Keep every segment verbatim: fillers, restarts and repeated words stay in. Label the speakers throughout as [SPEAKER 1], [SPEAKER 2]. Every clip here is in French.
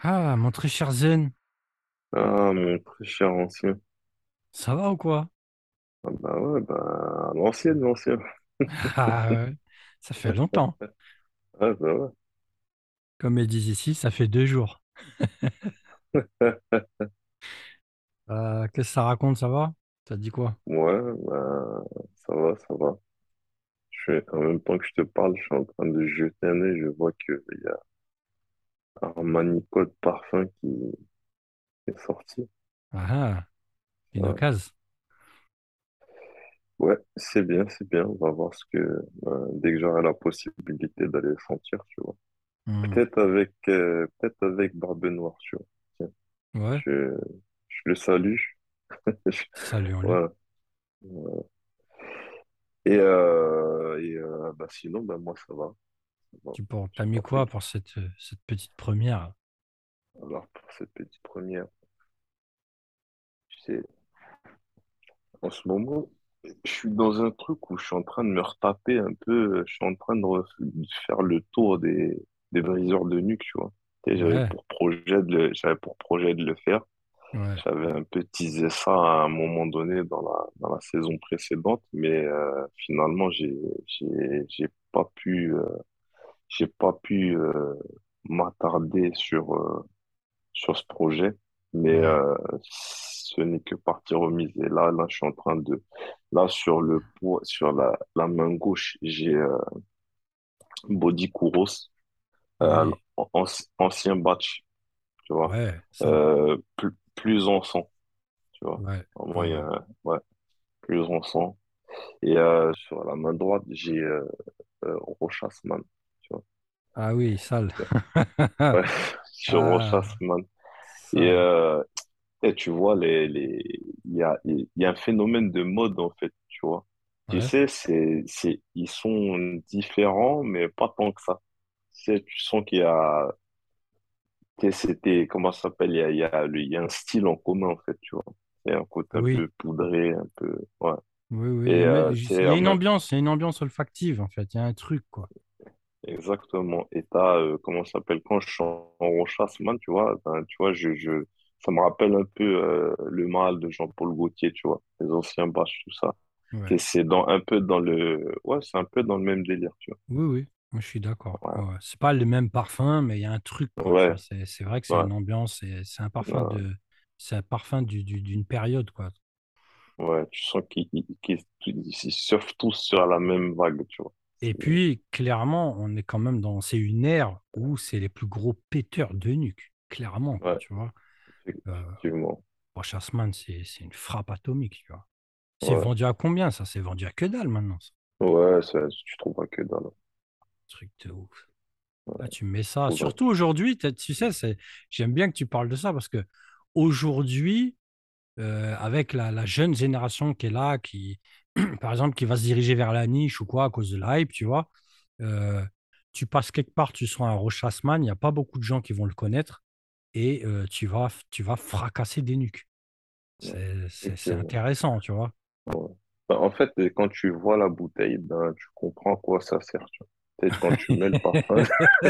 [SPEAKER 1] Ah, mon très cher Zen,
[SPEAKER 2] Ah, mon très cher ancien.
[SPEAKER 1] ça va ou quoi?
[SPEAKER 2] Ah bah ouais, bah, l'ancienne, l'ancien.
[SPEAKER 1] Ah ouais, ça fait longtemps.
[SPEAKER 2] Ah bah ouais.
[SPEAKER 1] Comme ils disent ici, ça fait deux jours. Euh, qu'est-ce que ça raconte, ça va? Ça te dit quoi?
[SPEAKER 2] Ouais, bah, ça va, ça va. Je suis, en même temps que je te parle, je suis en train de jeter un œil, je vois qu'il y a un Manicot parfum qui est sorti.
[SPEAKER 1] Ah, ah, une
[SPEAKER 2] Ouais,
[SPEAKER 1] occasion.
[SPEAKER 2] ouais, c'est bien, c'est bien. On va voir ce que, euh, dès que j'aurai la possibilité d'aller le sentir, tu vois.
[SPEAKER 1] Hmm.
[SPEAKER 2] Peut-être avec, euh, peut-être avec Barbe Noire, tu vois. Tiens,
[SPEAKER 1] Ouais,
[SPEAKER 2] je, je le salue.
[SPEAKER 1] saluons-le.
[SPEAKER 2] Voilà. Et, euh, et euh, bah sinon, bah moi, ça va. Ça va.
[SPEAKER 1] Tu pour, t'as
[SPEAKER 2] J'ai
[SPEAKER 1] mis
[SPEAKER 2] pas
[SPEAKER 1] quoi
[SPEAKER 2] fait.
[SPEAKER 1] pour cette, euh, cette petite première?
[SPEAKER 2] Alors, pour cette petite première, tu sais, en ce moment, je suis dans un truc où je suis en train de me retaper un peu. Je suis en train de, ref- de faire le tour des, des briseurs de nuque, tu vois. Tu sais, j'avais
[SPEAKER 1] Ouais,
[SPEAKER 2] pour projet de le, j'avais pour projet de le faire.
[SPEAKER 1] ouais.
[SPEAKER 2] J'avais un peu teasé ça à un moment donné dans la, dans la saison précédente, mais euh, finalement, j'ai, j'ai, j'ai pas pu, euh, j'ai pas pu euh, m'attarder sur, euh, sur ce projet, mais
[SPEAKER 1] Ouais,
[SPEAKER 2] euh, ce n'est que partie remise. Et là, là, je suis en train de, là, sur le poids, sur la, la main gauche, j'ai euh, Body Kuros, euh,
[SPEAKER 1] oui,
[SPEAKER 2] an- ancien batch, tu vois,
[SPEAKER 1] ouais, ça.
[SPEAKER 2] euh, plus, plus en sang, tu vois.
[SPEAKER 1] Ouais,
[SPEAKER 2] Vraiment,
[SPEAKER 1] ouais,
[SPEAKER 2] il y a,
[SPEAKER 1] ouais.
[SPEAKER 2] un- ouais, plus en sang. Et euh, sur la main droite, j'ai euh, euh, Rochasman, tu vois.
[SPEAKER 1] Ah oui, sale.
[SPEAKER 2] Ouais, sur
[SPEAKER 1] Ah,
[SPEAKER 2] Rochasman. Et,
[SPEAKER 1] sale.
[SPEAKER 2] euh, et tu vois, les, les, il y a, il y a un phénomène de mode, en fait, tu vois. Tu
[SPEAKER 1] Ouais,
[SPEAKER 2] sais, c'est, c'est, ils sont différents, mais pas tant que ça. Tu sais, tu sens qu'il y a, tu sais, c'était, comment ça s'appelle, il y a, il y a, le- il y a un style en commun, en fait, tu vois. C'est un côté un
[SPEAKER 1] oui.
[SPEAKER 2] peu poudré, un peu, ouais.
[SPEAKER 1] Oui, oui, il y
[SPEAKER 2] Et,
[SPEAKER 1] a une
[SPEAKER 2] euh,
[SPEAKER 1] il
[SPEAKER 2] c'est
[SPEAKER 1] y a
[SPEAKER 2] en
[SPEAKER 1] une
[SPEAKER 2] même,
[SPEAKER 1] ambiance, il y a une ambiance olfactive en fait, il y a un truc quoi.
[SPEAKER 2] exactement. Et t'as, euh, comment ça s'appelle, quand je suis en, en Rochasman, tu vois, ben, tu vois, je, je, ça me rappelle un peu, euh, le mal de Jean-Paul Gaultier, tu vois, les anciens bâches, tout ça.
[SPEAKER 1] Ouais.
[SPEAKER 2] C'est c'est dans un peu dans le ouais, c'est un peu dans le même délire, tu
[SPEAKER 1] Oui, oui, moi je suis d'accord. Ouais,
[SPEAKER 2] vois.
[SPEAKER 1] ouais. C'est pas le même parfum, mais il y a un truc quoi, tu vois.
[SPEAKER 2] Ouais,
[SPEAKER 1] C'est c'est vrai que c'est
[SPEAKER 2] ouais,
[SPEAKER 1] une ambiance, c'est c'est un parfum
[SPEAKER 2] ouais,
[SPEAKER 1] de, c'est un parfum du, du- d'une période quoi.
[SPEAKER 2] ouais, ouais, tu sens qu'ils qu'ils qu'ils- qu'ils surfent tous sur la même vague, tu vois.
[SPEAKER 1] Et
[SPEAKER 2] C'est-
[SPEAKER 1] puis clairement, on est quand même dans, c'est une ère où c'est les plus gros péteurs de nuque, clairement quoi,
[SPEAKER 2] Ouais,
[SPEAKER 1] tu vois. Euh,
[SPEAKER 2] effectivement.
[SPEAKER 1] Roche Hasman, c'est c'est une frappe atomique, tu vois. C'est
[SPEAKER 2] Ouais,
[SPEAKER 1] vendu à combien ça? C'est vendu à que dalle maintenant, ça.
[SPEAKER 2] ouais, ça, tu trouves pas que dalle.
[SPEAKER 1] Truc de ouf.
[SPEAKER 2] Ouais,
[SPEAKER 1] Là, tu mets
[SPEAKER 2] tu
[SPEAKER 1] ça.
[SPEAKER 2] trouves pas.
[SPEAKER 1] Surtout aujourd'hui, t'as- tu sais, c'est, j'aime bien que tu parles de ça parce que aujourd'hui, euh, avec la, la jeune génération qui est là, qui, par exemple, qui va se diriger vers la niche ou quoi à cause de la hype, tu vois, euh, tu passes quelque part, tu sens un Rochasman, il n'y a pas beaucoup de gens qui vont le connaître et euh, tu vas, tu vas fracasser des nuques.
[SPEAKER 2] Ouais,
[SPEAKER 1] C'est, c'est, c'est
[SPEAKER 2] effectivement.
[SPEAKER 1] intéressant, tu vois.
[SPEAKER 2] Ouais. Ben, en fait, quand tu vois la bouteille, ben, tu comprends à quoi ça sert, tu vois. Peut-être quand tu mets le parfum,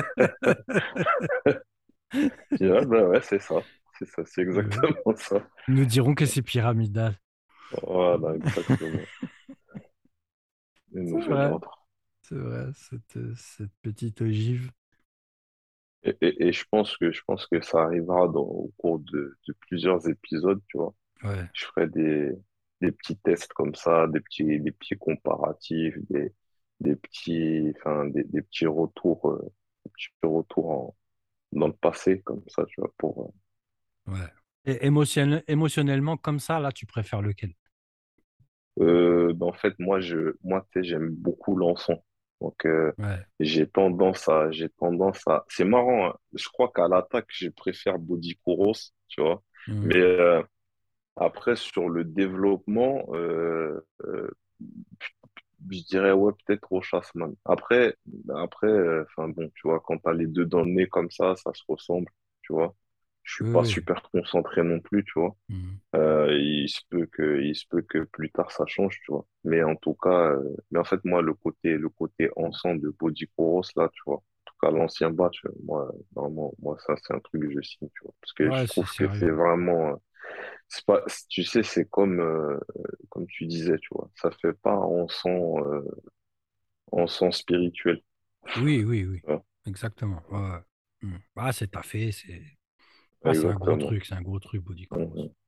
[SPEAKER 2] tu dis, ah, ben ouais, c'est ça. C'est ça, c'est
[SPEAKER 1] Ouais.
[SPEAKER 2] exactement ça.
[SPEAKER 1] Nous dirons que c'est pyramidal.
[SPEAKER 2] Voilà, exactement. Une
[SPEAKER 1] C'est
[SPEAKER 2] nouvelle
[SPEAKER 1] vrai,
[SPEAKER 2] ordre.
[SPEAKER 1] c'est vrai, cette, cette petite ogive.
[SPEAKER 2] Et, et, et je pense que je pense que ça arrivera dans, au cours de, de plusieurs épisodes, tu vois.
[SPEAKER 1] Ouais.
[SPEAKER 2] Je ferai des, des petits tests comme ça, des petits, des petits comparatifs, des, des petits, enfin, des, des petits retours, euh, des petits retours en, dans le passé, comme ça, tu vois, pour,
[SPEAKER 1] Ouais. Et émotionnel- émotionnellement, comme ça, là, tu préfères lequel?
[SPEAKER 2] euh, ben, en fait, moi, je, moi, tu sais, j'aime beaucoup l'encens. Donc, euh,
[SPEAKER 1] Ouais.
[SPEAKER 2] j'ai tendance à, j'ai tendance à, c'est marrant, hein. Je crois qu'à l'attaque, je préfère Body Kuros, tu vois.
[SPEAKER 1] Hmm.
[SPEAKER 2] Mais, euh, après, sur le développement, euh, euh, je dirais, ouais, peut-être au Chasseman. Après, après, euh, enfin bon, tu vois, quand t'as les deux dans le nez comme ça, ça se ressemble, tu vois. Je suis
[SPEAKER 1] Oui,
[SPEAKER 2] pas
[SPEAKER 1] oui.
[SPEAKER 2] super concentré non plus, tu vois.
[SPEAKER 1] Hmm.
[SPEAKER 2] Euh, il se peut que, il se peut que plus tard ça change, tu vois. Mais en tout cas, euh, mais en fait, moi, le côté, le côté encens de Body Chorus, là, tu vois. à l'ancien batch, moi, vraiment, moi, ça, c'est un truc que je signe, tu vois. Parce que je
[SPEAKER 1] Ouais, c'est
[SPEAKER 2] trouve que c'est
[SPEAKER 1] sérieux.
[SPEAKER 2] vraiment, euh, c'est pas, tu sais, c'est comme, euh, comme tu disais, tu vois. Ça fait pas en son, euh, en son spirituel,
[SPEAKER 1] Oui, oui, oui.
[SPEAKER 2] tu vois.
[SPEAKER 1] Exactement. Ouais, ouais. Hmm. Ah, c'est taffé, c'est ah, c'est un gros
[SPEAKER 2] Exactement.
[SPEAKER 1] truc, c'est un gros truc, Body Cross.
[SPEAKER 2] Mhm.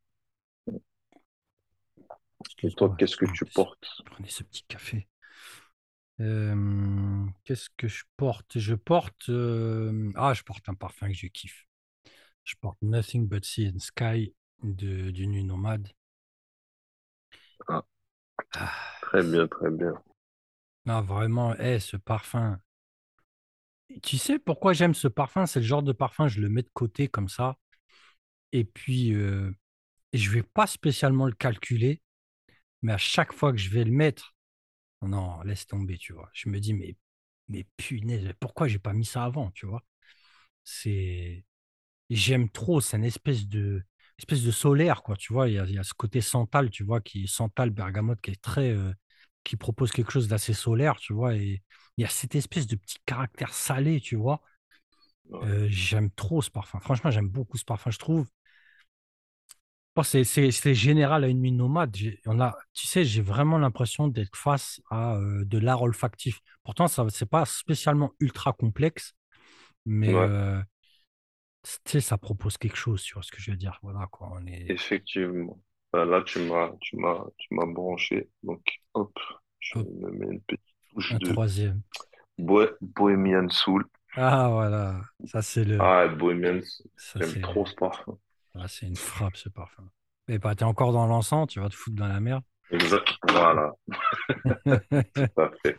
[SPEAKER 2] Et toi,
[SPEAKER 1] Excuse-moi, je
[SPEAKER 2] qu'est-ce que tu
[SPEAKER 1] prends ce-
[SPEAKER 2] portes?
[SPEAKER 1] prenez ce petit café. Euh, qu'est-ce que je porte? Je porte. euh, Ah, je porte un parfum que je kiffe. Je porte Nothing But Sea and Sky de, du Nu Nomade.
[SPEAKER 2] Ah,
[SPEAKER 1] Ah,
[SPEAKER 2] très bien, très bien.
[SPEAKER 1] non, vraiment, eh, ce parfum. Tu sais pourquoi j'aime ce parfum? C'est le genre de parfum, je le mets de côté comme ça. Et puis, euh, je vais pas spécialement le calculer, mais à chaque fois que je vais le mettre, non, laisse tomber, tu vois. Je me dis, mais, mais punaise, pourquoi j'ai pas mis ça avant, tu vois? C'est. J'aime trop, c'est une espèce de, espèce de solaire, quoi. Tu vois, il y a, il y a ce côté santal, tu vois, qui est santal, bergamote, qui est très, euh, qui propose quelque chose d'assez solaire, tu vois. Et il y a cette espèce de petit caractère salé, tu vois.
[SPEAKER 2] Ouais,
[SPEAKER 1] Euh, j'aime trop ce parfum. Franchement, j'aime beaucoup ce parfum, je trouve. Bon, c'est c'est- c'est général à une nuit nomade. J'ai- On a, tu sais, j'ai vraiment l'impression d'être face à euh, de l'art olfactif. Pourtant, ça, c'est pas spécialement ultra complexe, mais
[SPEAKER 2] ouais,
[SPEAKER 1] euh, tu sais, ça propose quelque chose, tu vois ce que je veux dire. Voilà, quoi. On est.
[SPEAKER 2] effectivement. Bah, là, tu m'as, tu m'as, tu m'as branché. Donc, hop, je
[SPEAKER 1] Hop,
[SPEAKER 2] me mets une petite touche
[SPEAKER 1] un
[SPEAKER 2] de
[SPEAKER 1] troisième.
[SPEAKER 2] Bohe- Bohemian Soul.
[SPEAKER 1] Ah, voilà. Ça, c'est le.
[SPEAKER 2] Ah, Bohemian,
[SPEAKER 1] Ça,
[SPEAKER 2] j'aime
[SPEAKER 1] c'est.
[SPEAKER 2] trop ce parfum.
[SPEAKER 1] Ah, c'est une frappe, ce parfum. Mais bah, t'es encore dans l'encens, tu vas te foutre dans la merde.
[SPEAKER 2] Exact. Voilà, tout à fait.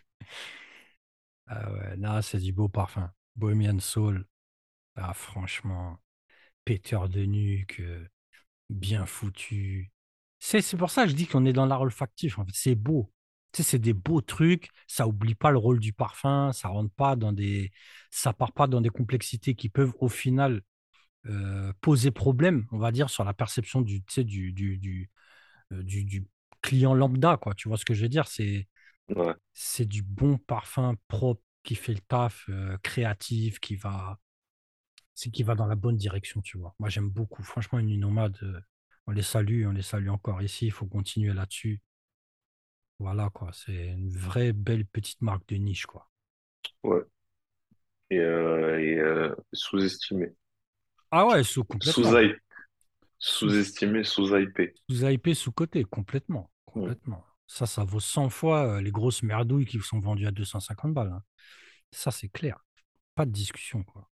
[SPEAKER 1] Ah ouais, non, c'est du beau parfum. Bohemian Soul. Ah, franchement, péteur de nuque, euh, bien foutu. C'est c'est pour ça que je dis qu'on est dans l'art olfactif. En fait, c'est beau. Tu sais, c'est des beaux trucs. Ça oublie pas le rôle du parfum. Ça rentre pas dans des, ça part pas dans des complexités qui peuvent au final euh, poser problème, on va dire, sur la perception du, tu sais, du, du, du, euh, du, du client lambda, quoi. Tu vois ce que je veux dire? C'est,
[SPEAKER 2] Ouais,
[SPEAKER 1] c'est du bon parfum propre qui fait le taf, euh, créatif, qui va, c'est qui va dans la bonne direction, tu vois. Moi, j'aime beaucoup. Franchement, une nuit nomade, euh, on les salue, on les salue encore ici. Il faut continuer là-dessus. Voilà, quoi. C'est une vraie belle petite marque de niche, quoi.
[SPEAKER 2] ouais. Et, euh, et euh, sous-estimé.
[SPEAKER 1] Ah ouais, sous complètement.
[SPEAKER 2] Sous-hype.
[SPEAKER 1] Sous,
[SPEAKER 2] Sous-estimé, sous-hypé.
[SPEAKER 1] sous-hypé, sous-coté, complètement.
[SPEAKER 2] Hmm.
[SPEAKER 1] Complètement. Ça, ça vaut cent fois euh, les grosses merdouilles qui sont vendues à deux cent cinquante balles, hein. Ça, c'est clair. Pas de discussion, quoi.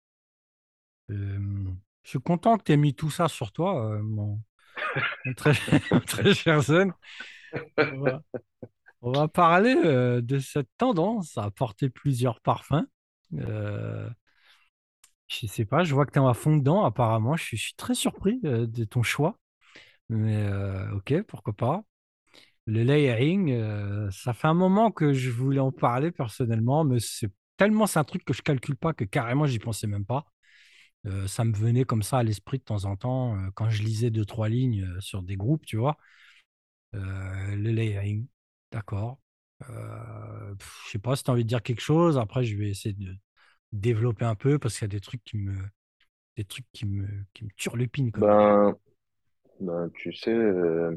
[SPEAKER 1] Euh, je suis content que tu aies mis tout ça sur toi, euh, mon, mon très, mon très cher Zen. On va, on va parler euh, de cette tendance à porter plusieurs parfums. Euh, je sais pas, je vois que tu es à fond dedans, apparemment. Je suis, je suis très surpris euh, de ton choix. Mais euh, ok, pourquoi pas. Le layering, euh, ça fait un moment que je voulais en parler personnellement, mais c'est tellement c'est un truc que je calcule pas que carrément j'y pensais même pas. Euh, ça me venait comme ça à l'esprit de temps en temps euh, quand je lisais deux, trois lignes euh, sur des groupes, tu vois. Euh, le layering, d'accord. Euh, pff, je sais pas si tu as envie de dire quelque chose. Après, je vais essayer de développer un peu parce qu'il y a des trucs qui me, des trucs qui me, qui me turlupinent, comme ils disent.
[SPEAKER 2] Ben, ben, tu sais, euh,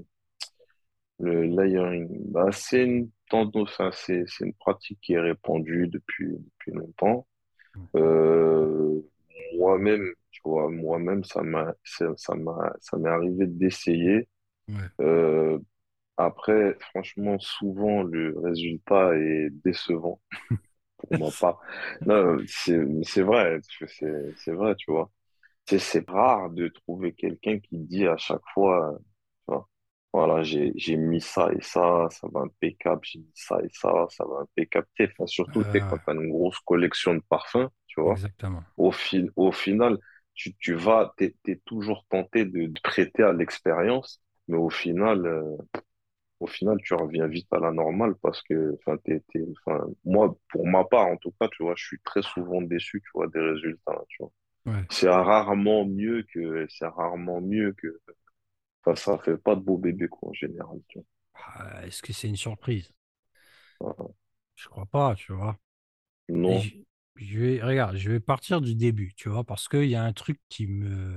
[SPEAKER 2] le layering, ben, c'est une tendance, enfin, c'est, c'est une pratique qui est répandue depuis, depuis longtemps.
[SPEAKER 1] Ouais,
[SPEAKER 2] Euh, moi-même, tu vois, moi-même, ça m'a, ça, ça m'a, ça m'est arrivé d'essayer.
[SPEAKER 1] ouais.
[SPEAKER 2] Euh, Après, franchement, souvent, le résultat est décevant pour ma part. Non, c'est, c'est vrai, c'est, c'est vrai, tu vois. C'est, c'est rare de trouver quelqu'un qui dit à chaque fois, tu vois, voilà, j'ai, j'ai mis ça et ça, ça va impeccable, j'ai mis ça et ça, ça va impeccable. Tu sais, enfin, surtout, tu sais,
[SPEAKER 1] Euh,
[SPEAKER 2] quand tu as une grosse collection de parfums, tu vois,
[SPEAKER 1] exactement.
[SPEAKER 2] au fin, au final, tu, tu vas, t'es, t'es toujours tenté de, de prêter à l'expérience, mais au final, euh, au final, tu reviens vite à la normale parce que, enfin, t'es, t'es- enfin, moi, pour ma part, en tout cas, tu vois, je suis très souvent déçu, tu vois, des résultats, tu vois.
[SPEAKER 1] Ouais.
[SPEAKER 2] C'est rarement mieux que, c'est rarement mieux que, enfin, ça fait pas de beau bébé, quoi, en général, tu
[SPEAKER 1] Ah, est-ce que c'est une surprise?
[SPEAKER 2] vois.
[SPEAKER 1] Je crois pas, tu vois. Et
[SPEAKER 2] Non,
[SPEAKER 1] j- Je vais, regarde, je vais partir du début, tu vois, parce qu'il y a un truc qui me,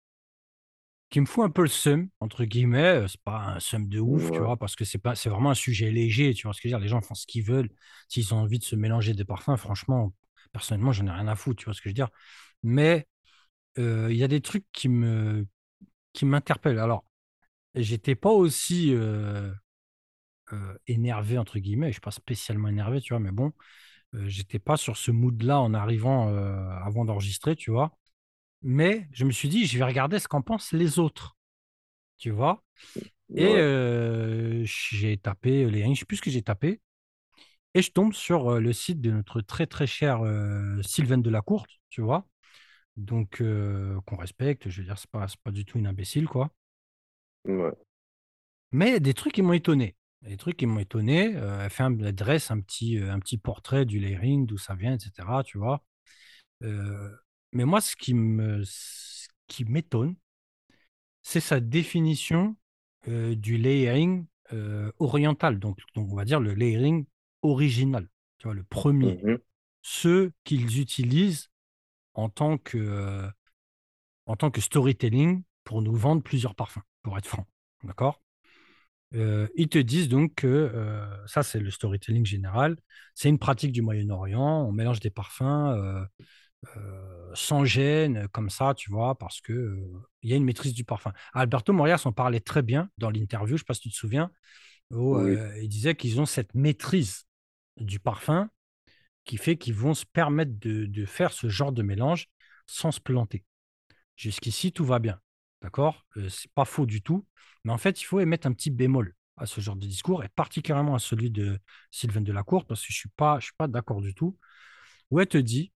[SPEAKER 1] qui me fout un peu le seum, entre guillemets. Euh, C'est pas un seum de ouf, tu
[SPEAKER 2] Ouais.
[SPEAKER 1] vois, parce que c'est pas, c'est vraiment un sujet léger, tu vois ce que je veux dire. Les gens font ce qu'ils veulent. S'ils ont envie de se mélanger des parfums, franchement, personnellement, j'en ai rien à foutre, tu vois ce que je veux dire. Mais euh, il y a des trucs qui me, qui m'interpellent. Alors, j'étais pas aussi euh, euh, énervé, entre guillemets. Je suis pas spécialement énervé, tu vois, mais bon, euh, j'étais pas sur ce mood-là en arrivant euh, avant d'enregistrer, tu vois. Mais je me suis dit, je vais regarder ce qu'en pensent les autres, tu vois. Et
[SPEAKER 2] Ouais.
[SPEAKER 1] euh, j'ai tapé les, je sais plus ce que j'ai tapé, et je tombe sur euh, le site de notre très très cher euh, Sylvain Delacourte, tu vois. Donc euh, qu'on respecte, je veux dire, c'est pas, c'est pas du tout une imbécile, quoi.
[SPEAKER 2] Ouais.
[SPEAKER 1] Mais des trucs qui m'ont étonné. Des trucs qui m'ont étonné. Euh, elle fait un, elle dresse un petit, euh, un petit portrait du layering, d'où ça vient, et cetera. Tu vois. Euh, mais moi, ce qui me, ce qui m'étonne, c'est sa définition euh, du layering euh, oriental. Donc, donc, on va dire le layering original. Tu vois, le premier.
[SPEAKER 2] Mhm.
[SPEAKER 1] Ceux qu'ils utilisent en tant que, euh, en tant que storytelling pour nous vendre plusieurs parfums, pour être franc. D'accord? Euh, ils te disent donc que euh, ça, c'est le storytelling général. C'est une pratique du Moyen-Orient. On mélange des parfums euh, euh, sans gêne, comme ça, tu vois, parce que euh, il y a une maîtrise du parfum. Alberto Morillas en parlait très bien dans l'interview, je ne sais pas si tu te souviens, où
[SPEAKER 2] Oui.
[SPEAKER 1] euh, il disait qu'ils ont cette maîtrise du parfum qui fait qu'ils vont se permettre de, de faire ce genre de mélange sans se planter. Jusqu'ici, tout va bien. D'accord? Euh, c'est pas faux du tout. Mais en fait, il faut émettre un petit bémol à ce genre de discours, et particulièrement à celui de Sylvain Delacour, parce que je ne suis pas, je suis pas d'accord du tout, où elle te dit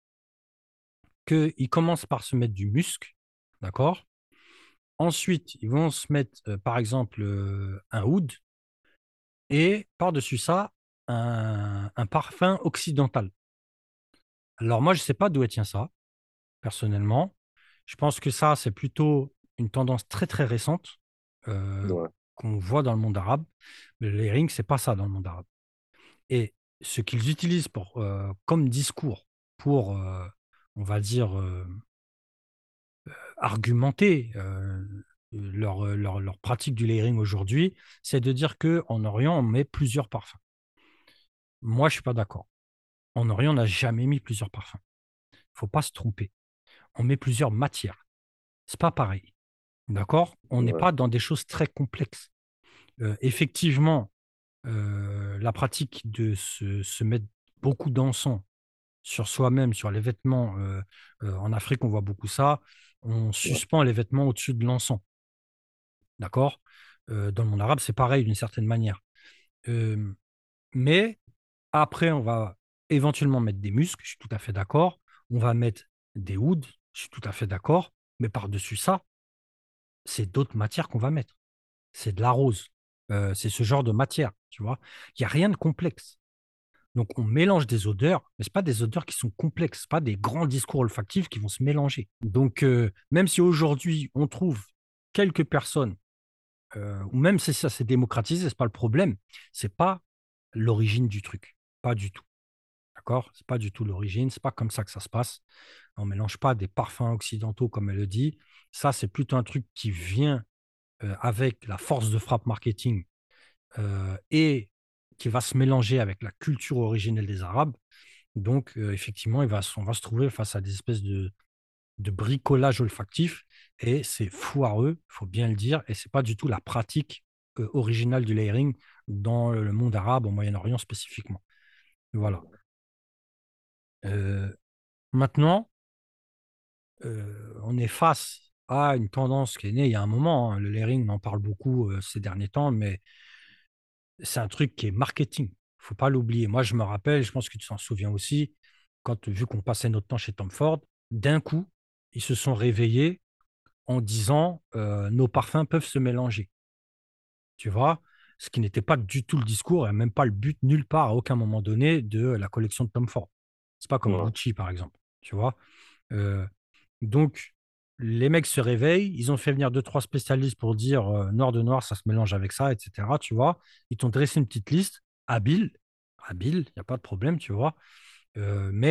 [SPEAKER 1] qu'ils commencent par se mettre du musc, d'accord? Ensuite, ils vont se mettre, euh, par exemple, euh, un oud, et par-dessus ça, un, un parfum occidental. Alors moi, je ne sais pas d'où elle tient ça, personnellement. Je pense que ça, c'est plutôt une tendance très très récente euh,
[SPEAKER 2] Ouais.
[SPEAKER 1] qu'on voit dans le monde arabe. Mais le layering, c'est pas ça dans le monde arabe. Et ce qu'ils utilisent pour, euh, comme discours pour, euh, on va dire, euh, argumenter euh, leur, leur, leur pratique du layering aujourd'hui, c'est de dire qu'en Orient, on met plusieurs parfums. Moi, je suis pas d'accord. En Orient, on n'a jamais mis plusieurs parfums. Il ne faut pas se tromper. On met plusieurs matières. C'est pas pareil. D'accord? On n'est
[SPEAKER 2] Ouais.
[SPEAKER 1] pas dans des choses très complexes. Euh, effectivement, euh, la pratique de se, se mettre beaucoup d'encens sur soi-même, sur les vêtements, euh, euh, en Afrique, on voit beaucoup ça. On
[SPEAKER 2] Ouais.
[SPEAKER 1] suspend les vêtements au-dessus de l'encens. D'accord? Euh, dans le monde arabe, c'est pareil d'une certaine manière. Euh, mais après, on va éventuellement mettre des muscles, je suis tout à fait d'accord. On va mettre des hoods, je suis tout à fait d'accord. Mais par-dessus ça, c'est d'autres matières qu'on va mettre. C'est de la rose. Euh, c'est ce genre de matière, tu vois. Il n'y a rien de complexe. Donc, on mélange des odeurs, mais ce pas des odeurs qui sont complexes, pas des grands discours olfactifs qui vont se mélanger. Donc, euh, même si aujourd'hui, on trouve quelques personnes, euh, ou même si ça s'est démocratisé, c'est pas le problème, c'est pas l'origine du truc. Pas du tout. D'accord? C'est pas du tout l'origine, c'est pas comme ça que ça se passe. On mélange pas des parfums occidentaux, comme elle le dit. Ça, c'est plutôt un truc qui vient euh, avec la force de frappe marketing euh, et qui va se mélanger avec la culture originelle des Arabes. Donc, euh, effectivement, il va, on va se trouver face à des espèces de, de bricolage olfactif et c'est foireux, il faut bien le dire, et c'est pas du tout la pratique euh, originale du layering dans le monde arabe, au Moyen-Orient spécifiquement. Voilà. Euh, Maintenant, euh, on est face à une tendance qui est née il y a un moment. Hein. Le layering, on en parle beaucoup euh, ces derniers temps, mais c'est un truc qui est marketing. Il ne faut pas l'oublier. Moi, je me rappelle, je pense que tu t'en souviens aussi, quand, vu qu'on passait notre temps chez Tom Ford, d'un coup, ils se sont réveillés en disant euh, nos parfums peuvent se mélanger. Tu vois, ce qui n'était pas du tout le discours et même pas le but nulle part à aucun moment donné de la collection de Tom Ford. C'est pas comme
[SPEAKER 2] Ouais.
[SPEAKER 1] Gucci, par exemple. Tu vois, Euh, donc, les mecs se réveillent, ils ont fait venir deux, trois spécialistes pour dire euh, noir de noir, ça se mélange avec ça, et cetera. Tu vois, ils t'ont dressé une petite liste, habile, habile, il n'y a pas de problème, tu vois. Euh, mais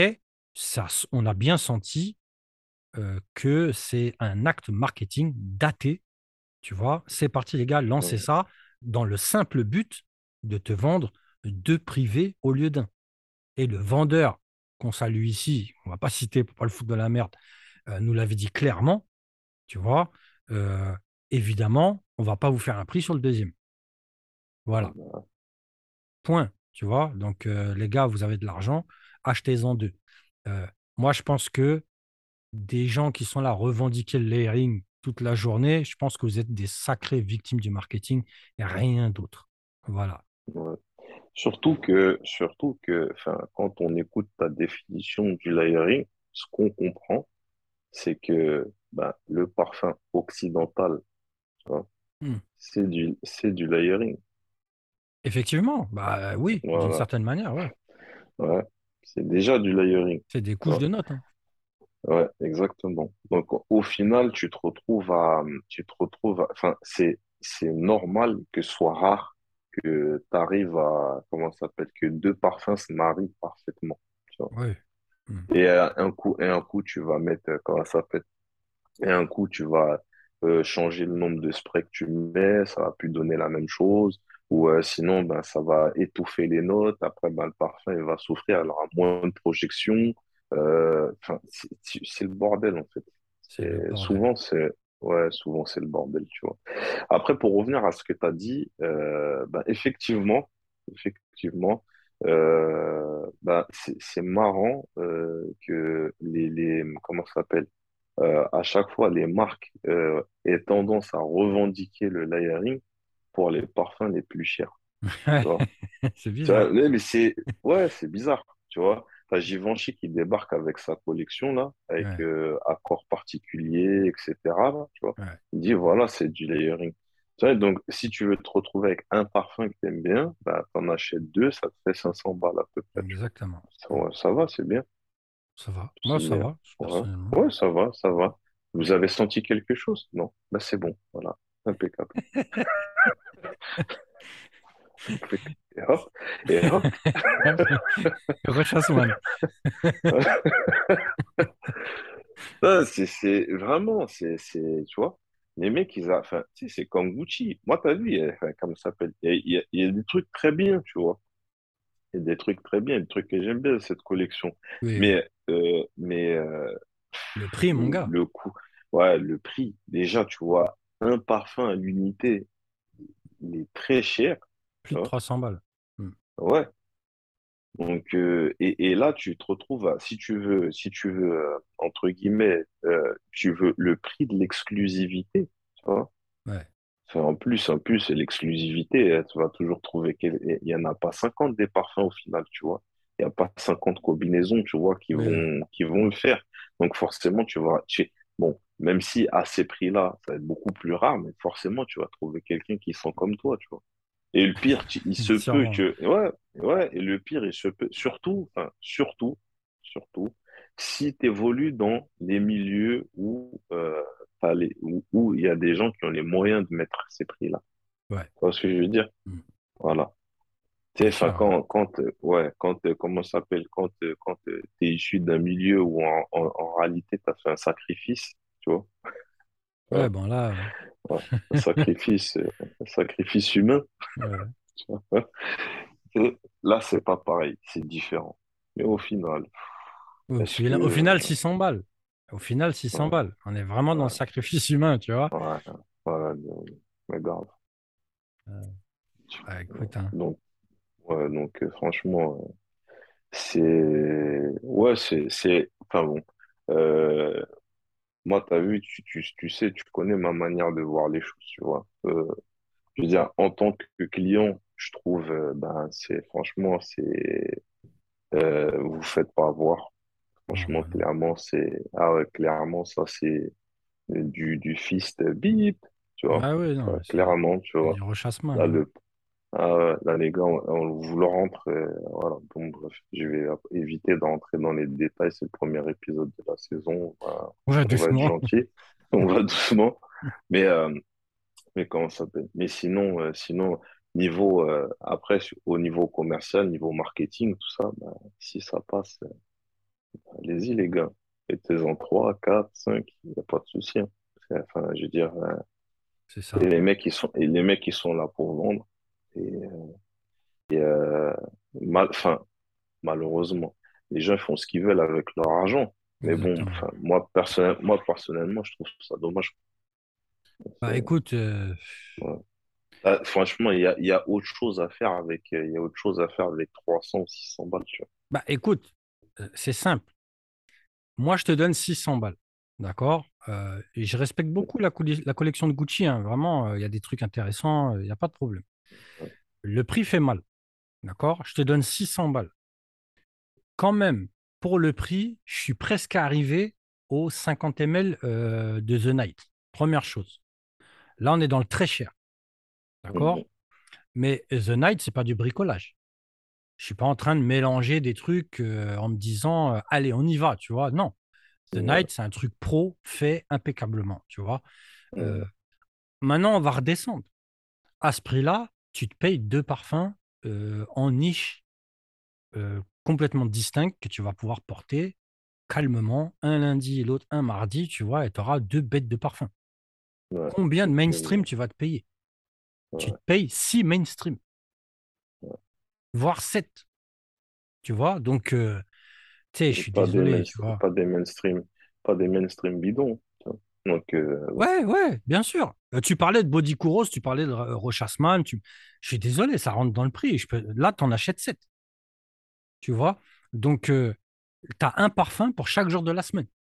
[SPEAKER 1] ça, on a bien senti euh, que c'est un acte marketing daté, tu vois. C'est parti, les gars, lancez
[SPEAKER 2] Ouais,
[SPEAKER 1] ça dans le simple but de te vendre deux privés au lieu d'un. Et le vendeur, qu'on salue ici, on va pas citer pour pas le foutre de la merde, euh, nous l'avait dit clairement, tu vois. Euh, évidemment, on va pas vous faire un prix sur le deuxième.
[SPEAKER 2] ouais,
[SPEAKER 1] Voilà,
[SPEAKER 2] bah,
[SPEAKER 1] point, tu vois. Donc, euh, les gars, vous avez de l'argent, achetez-en deux. Euh, moi, je pense que des gens qui sont là à revendiquer le layering toute la journée, je pense que vous êtes des sacrées victimes du marketing et rien d'autre. Voilà.
[SPEAKER 2] ouais. Surtout que, surtout que, enfin, quand on écoute ta définition du layering, ce qu'on comprend, c'est que ben, le parfum occidental, tu vois,
[SPEAKER 1] Hmm.
[SPEAKER 2] c'est du, c'est du layering.
[SPEAKER 1] Effectivement, bah oui, d'une
[SPEAKER 2] Voilà.
[SPEAKER 1] certaine manière, ouais.
[SPEAKER 2] Ouais. C'est déjà du layering.
[SPEAKER 1] C'est des
[SPEAKER 2] Tu
[SPEAKER 1] couches
[SPEAKER 2] vois.
[SPEAKER 1] de notes, hein.
[SPEAKER 2] Ouais, exactement. Donc, au au final, tu te retrouves à, tu te retrouves à, enfin, c'est, c'est normal que ce soit rare que tu arrives à, comment ça s'appelle, que deux parfums se marient parfaitement. Tu vois.
[SPEAKER 1] Oui. Hmm.
[SPEAKER 2] Et euh, un coup, et un coup, tu vas mettre, euh, comment ça s'appelle, et un coup, tu vas euh, changer le nombre de sprays que tu mets, ça va plus donner la même chose. Ou euh, sinon, ben, ça va étouffer les notes. Après, ben, le parfum, il va souffrir, il aura moins de projection. Euh, Enfin, c'est c'est- c'est le bordel, en fait.
[SPEAKER 1] C'est le
[SPEAKER 2] C'est,
[SPEAKER 1] bordel.
[SPEAKER 2] souvent, c'est, ouais, souvent, c'est le bordel, tu vois. Après, pour revenir à ce que tu as dit, euh, ben, effectivement, effectivement, euh, ben, c'est c'est marrant euh, que les, les, comment ça s'appelle? Euh, à chaque fois, les marques euh, aient tendance à revendiquer le layering pour les parfums les plus chers. Tu vois,
[SPEAKER 1] C'est
[SPEAKER 2] tu vois,
[SPEAKER 1] bizarre.
[SPEAKER 2] mais mais c'est ouais, c'est bizarre. Tu vois, t'as Givenchy qui débarque avec sa collection là, avec
[SPEAKER 1] Ouais,
[SPEAKER 2] euh, accords particuliers, et cetera là, tu vois,
[SPEAKER 1] ouais,
[SPEAKER 2] il dit voilà, c'est du layering. Tu vois, donc si tu veux te retrouver avec un parfum que t'aimes bien, bah t'en achètes deux, ça te fait cinq cents balles à peu près. Tu
[SPEAKER 1] exactement.
[SPEAKER 2] vois.
[SPEAKER 1] Hmm.
[SPEAKER 2] Ça, ouais, ça va, c'est bien,
[SPEAKER 1] Ça va. Moi,
[SPEAKER 2] c'est
[SPEAKER 1] ça
[SPEAKER 2] bien.
[SPEAKER 1] va,
[SPEAKER 2] Ouais.
[SPEAKER 1] personnellement.
[SPEAKER 2] Ouais, ça va, ça va. Vous avez senti quelque chose? Non. Bah, c'est bon. Voilà. Impeccable. Impeccable. Et hop, et hop.
[SPEAKER 1] Rechasse-moi.
[SPEAKER 2] Ah, c'est, c'est vraiment, c'est, c'est, tu vois, les mecs, ils a, enfin, tu sais, c'est comme Gucci. Moi, t'as vu, il y a- enfin, comment ça s'appelle? Il y a, il y a- il y a des trucs très bien, tu vois. Il y a des trucs très bien, des trucs que j'aime bien, cette collection.
[SPEAKER 1] Oui, oui.
[SPEAKER 2] Mais, euh, mais, euh,
[SPEAKER 1] Le prix, mon
[SPEAKER 2] le,
[SPEAKER 1] gars,
[SPEAKER 2] le coût, ouais, le prix, déjà, tu vois, un parfum à l'unité, il est très cher,
[SPEAKER 1] plus
[SPEAKER 2] tu
[SPEAKER 1] de
[SPEAKER 2] vois.
[SPEAKER 1] trois cents balles. Hmm.
[SPEAKER 2] Ouais. Donc, euh, et, et là, tu te retrouves à, si tu veux, si tu veux, euh, entre guillemets, euh, tu veux le prix de l'exclusivité, tu vois.
[SPEAKER 1] Ouais.
[SPEAKER 2] Enfin, en plus, en plus, l'exclusivité, hein, tu vas toujours trouver qu'il y en a pas cinquante des parfums au final, tu vois. Il n'y a pas cinquante combinaisons, tu vois, qui
[SPEAKER 1] Oui, oui.
[SPEAKER 2] vont, qui vont le faire. Donc, forcément, tu vas, tu, bon, même si à ces prix-là, ça va être beaucoup plus rare, mais forcément, tu vas trouver quelqu'un qui sent comme toi, tu vois. Et le pire, tu- il se peut
[SPEAKER 1] Sûrement.
[SPEAKER 2] que, ouais, ouais, et le pire, il se peut, surtout, enfin, surtout, surtout, si tu évolues dans les milieux où, euh, t'as les- où, où il y a des gens qui ont les moyens de mettre ces prix-là.
[SPEAKER 1] Ouais.
[SPEAKER 2] Tu vois ce que je veux dire?
[SPEAKER 1] Hmm.
[SPEAKER 2] Voilà. Tu sais,
[SPEAKER 1] Bien
[SPEAKER 2] enfin,
[SPEAKER 1] sûr, ouais.
[SPEAKER 2] quand, quand, euh, ouais, quand, euh, comment ça s'appelle, quand, euh, quand tu es issu d'un milieu où en, en, en réalité, tu as fait un sacrifice, tu vois,
[SPEAKER 1] Ouais,
[SPEAKER 2] ouais,
[SPEAKER 1] bon, là,
[SPEAKER 2] ouais, un sacrifice, euh, un sacrifice humain,
[SPEAKER 1] ouais.
[SPEAKER 2] tu vois. Et là, c'est pas pareil, c'est différent. Mais au final,
[SPEAKER 1] Au
[SPEAKER 2] est-ce que...
[SPEAKER 1] final, au
[SPEAKER 2] euh,
[SPEAKER 1] final, six cents balles. Au final, six cents
[SPEAKER 2] ouais,
[SPEAKER 1] balles. On est vraiment dans le
[SPEAKER 2] ouais,
[SPEAKER 1] sacrifice humain, tu vois.
[SPEAKER 2] ouais, voilà, mais mais grave.
[SPEAKER 1] Euh, ouais, écoute, hein.
[SPEAKER 2] Donc, ouais, donc euh, franchement, euh, c'est... Ouais, c'est... c'est- Enfin bon, euh, moi, t'as vu, tu, tu, tu sais, tu connais ma manière de voir les choses, tu vois. Euh, je veux dire, en tant que client, je trouve, euh, ben, c'est... Franchement, c'est... euh, vous faites pas avoir.
[SPEAKER 1] Non,
[SPEAKER 2] Franchement,
[SPEAKER 1] bah non.
[SPEAKER 2] clairement, c'est... Ah ouais, clairement, ça, c'est... du, du fist bip, tu vois.
[SPEAKER 1] Ah oui, non,
[SPEAKER 2] Ouais,
[SPEAKER 1] mais c'est
[SPEAKER 2] clairement, tu
[SPEAKER 1] c'est
[SPEAKER 2] vois.
[SPEAKER 1] du rechassement,
[SPEAKER 2] Là,
[SPEAKER 1] là.
[SPEAKER 2] le, ah ouais, là, les gars, on, on vous le rentre. Euh, voilà. Bon, bref, je vais éviter d'entrer dans les détails. C'est le premier épisode de la saison. On va,
[SPEAKER 1] Ouais,
[SPEAKER 2] on va être
[SPEAKER 1] doucement.
[SPEAKER 2] gentil. On va doucement. Mais, euh, mais comment ça s'appelle? Mais sinon, euh, sinon, niveau, euh, après, au niveau commercial, niveau marketing, tout ça, bah, si ça passe. Allez-y, les gars. Mettez-en trois, quatre, cinq, il n'y a pas de souci, hein. C'est- Enfin, je veux dire, euh,
[SPEAKER 1] C'est
[SPEAKER 2] et
[SPEAKER 1] ça.
[SPEAKER 2] les mecs, ils sont, et les mecs, ils sont là pour vendre. Et, et, euh, mal, enfin, malheureusement, les gens font ce qu'ils veulent avec leur argent. Mais bon,
[SPEAKER 1] Exactement.
[SPEAKER 2] enfin, moi, personnel, moi, personnellement, je trouve ça dommage.
[SPEAKER 1] Bah
[SPEAKER 2] C'est-
[SPEAKER 1] écoute, euh,
[SPEAKER 2] ouais. Ah, franchement, il y a, il y a autre chose à faire avec, euh, il y a autre chose à faire avec trois cents ou six cents balles, tu
[SPEAKER 1] bah écoute, euh, c'est simple. Moi, je te donne six cents balles. D'accord? Euh, et je respecte beaucoup la, couli- la collection de Gucci, hein. Vraiment, euh, il y a des trucs intéressants, euh, il n'y a pas de problème.
[SPEAKER 2] vois.
[SPEAKER 1] Le prix fait mal. D'accord? Je te donne six cents balles. Quand même, pour le prix, je suis presque arrivé aux cinquante millilitres euh, de The Night. Première chose. Là, on est dans le très cher. D'accord?
[SPEAKER 2] Mhm.
[SPEAKER 1] Mais The Night, c'est pas du bricolage. Je suis pas en train de mélanger des trucs euh, en me disant, euh, allez, on y va, tu vois. Non. The
[SPEAKER 2] Ouais.
[SPEAKER 1] Night, c'est un truc pro fait impeccablement, tu vois. Euh,
[SPEAKER 2] Ouais.
[SPEAKER 1] Maintenant, on va redescendre. À ce prix-là, tu te payes deux parfums euh, en niche euh, complètement distincts que tu vas pouvoir porter calmement, un lundi et l'autre un mardi, tu vois, et tu auras deux bêtes de parfum.
[SPEAKER 2] Ouais,
[SPEAKER 1] Combien de mainstream
[SPEAKER 2] effectivement.
[SPEAKER 1] tu vas te payer? Tu te
[SPEAKER 2] Ouais.
[SPEAKER 1] payes six mainstream, voire sept, tu vois. Donc, euh, tu sais, je
[SPEAKER 2] Et
[SPEAKER 1] suis
[SPEAKER 2] pas des
[SPEAKER 1] désolé, tu
[SPEAKER 2] mainstream,
[SPEAKER 1] vois.
[SPEAKER 2] pas des mainstream, pas des mainstream bidons, tu vois. Donc, euh, ouais.
[SPEAKER 1] Ouais, ouais, bien sûr. Euh, tu parlais de Body Kouros, tu parlais de euh, Rochasman. Tu... Je suis désolé, ça rentre dans le prix. Je peux... Là, tu en achètes sept, tu vois. Donc, tu as un parfum pour chaque jour de la semaine.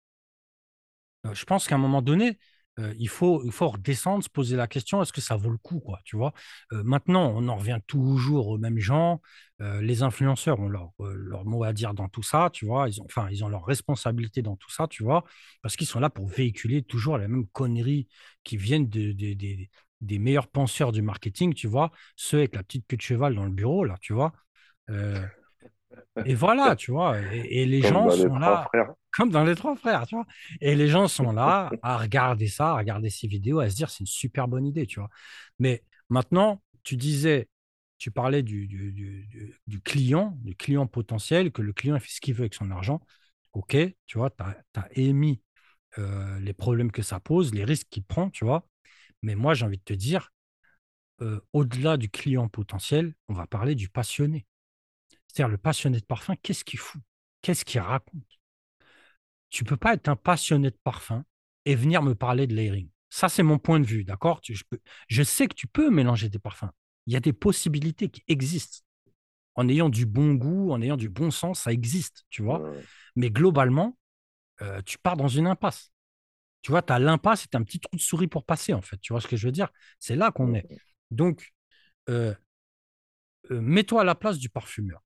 [SPEAKER 1] Euh, je pense qu'à un moment donné, euh, il faut, il faut redescendre, se poser la question, est-ce que ça vaut le coup, quoi, tu vois? Euh, maintenant, on en revient toujours aux mêmes gens. Euh, les influenceurs ont leur, euh, leur mot à dire dans tout ça, tu vois. Ils ont, enfin, ils ont leur responsabilité dans tout ça, tu vois, parce qu'ils sont là pour véhiculer toujours les mêmes conneries qui viennent de- de- des des meilleurs penseurs du marketing, tu vois, ceux avec la petite queue de cheval dans le bureau, là, tu vois. Euh, et voilà, tu vois, et, et les
[SPEAKER 2] Comme
[SPEAKER 1] gens
[SPEAKER 2] dans les
[SPEAKER 1] sont
[SPEAKER 2] trois
[SPEAKER 1] là,
[SPEAKER 2] frères.
[SPEAKER 1] comme dans les trois frères, tu vois. Et les gens sont là à regarder ça, à regarder ces vidéos, à se dire c'est une super bonne idée, tu vois. Mais maintenant, tu disais, tu parlais du, du, du- du- du client, du client potentiel, que le client il fait ce qu'il veut avec son argent. OK, tu vois, tu as, émis euh, les problèmes que ça pose, les risques qu'il prend, tu vois. Mais moi, j'ai envie de te dire, euh, au-delà du client potentiel, on va parler du passionné. C'est-à-dire, le passionné de parfum, qu'est-ce qu'il fout? Qu'est-ce qu'il raconte? Tu peux pas être un passionné de parfum et venir me parler de layering. Ça, c'est mon point de vue, d'accord? Tu- je, peux- je sais que tu peux mélanger des parfums. Il y a des possibilités qui existent. En ayant du bon goût, en ayant du bon sens, ça existe, tu vois.
[SPEAKER 2] Ouais.
[SPEAKER 1] Mais globalement, euh, tu pars dans une impasse. Tu vois, tu as l'impasse et tu as un petit trou de souris pour passer, en fait. Tu vois ce que je veux dire? C'est là qu'on est.
[SPEAKER 2] Ouais.
[SPEAKER 1] Donc, euh, euh, mets-toi à la place du parfumeur.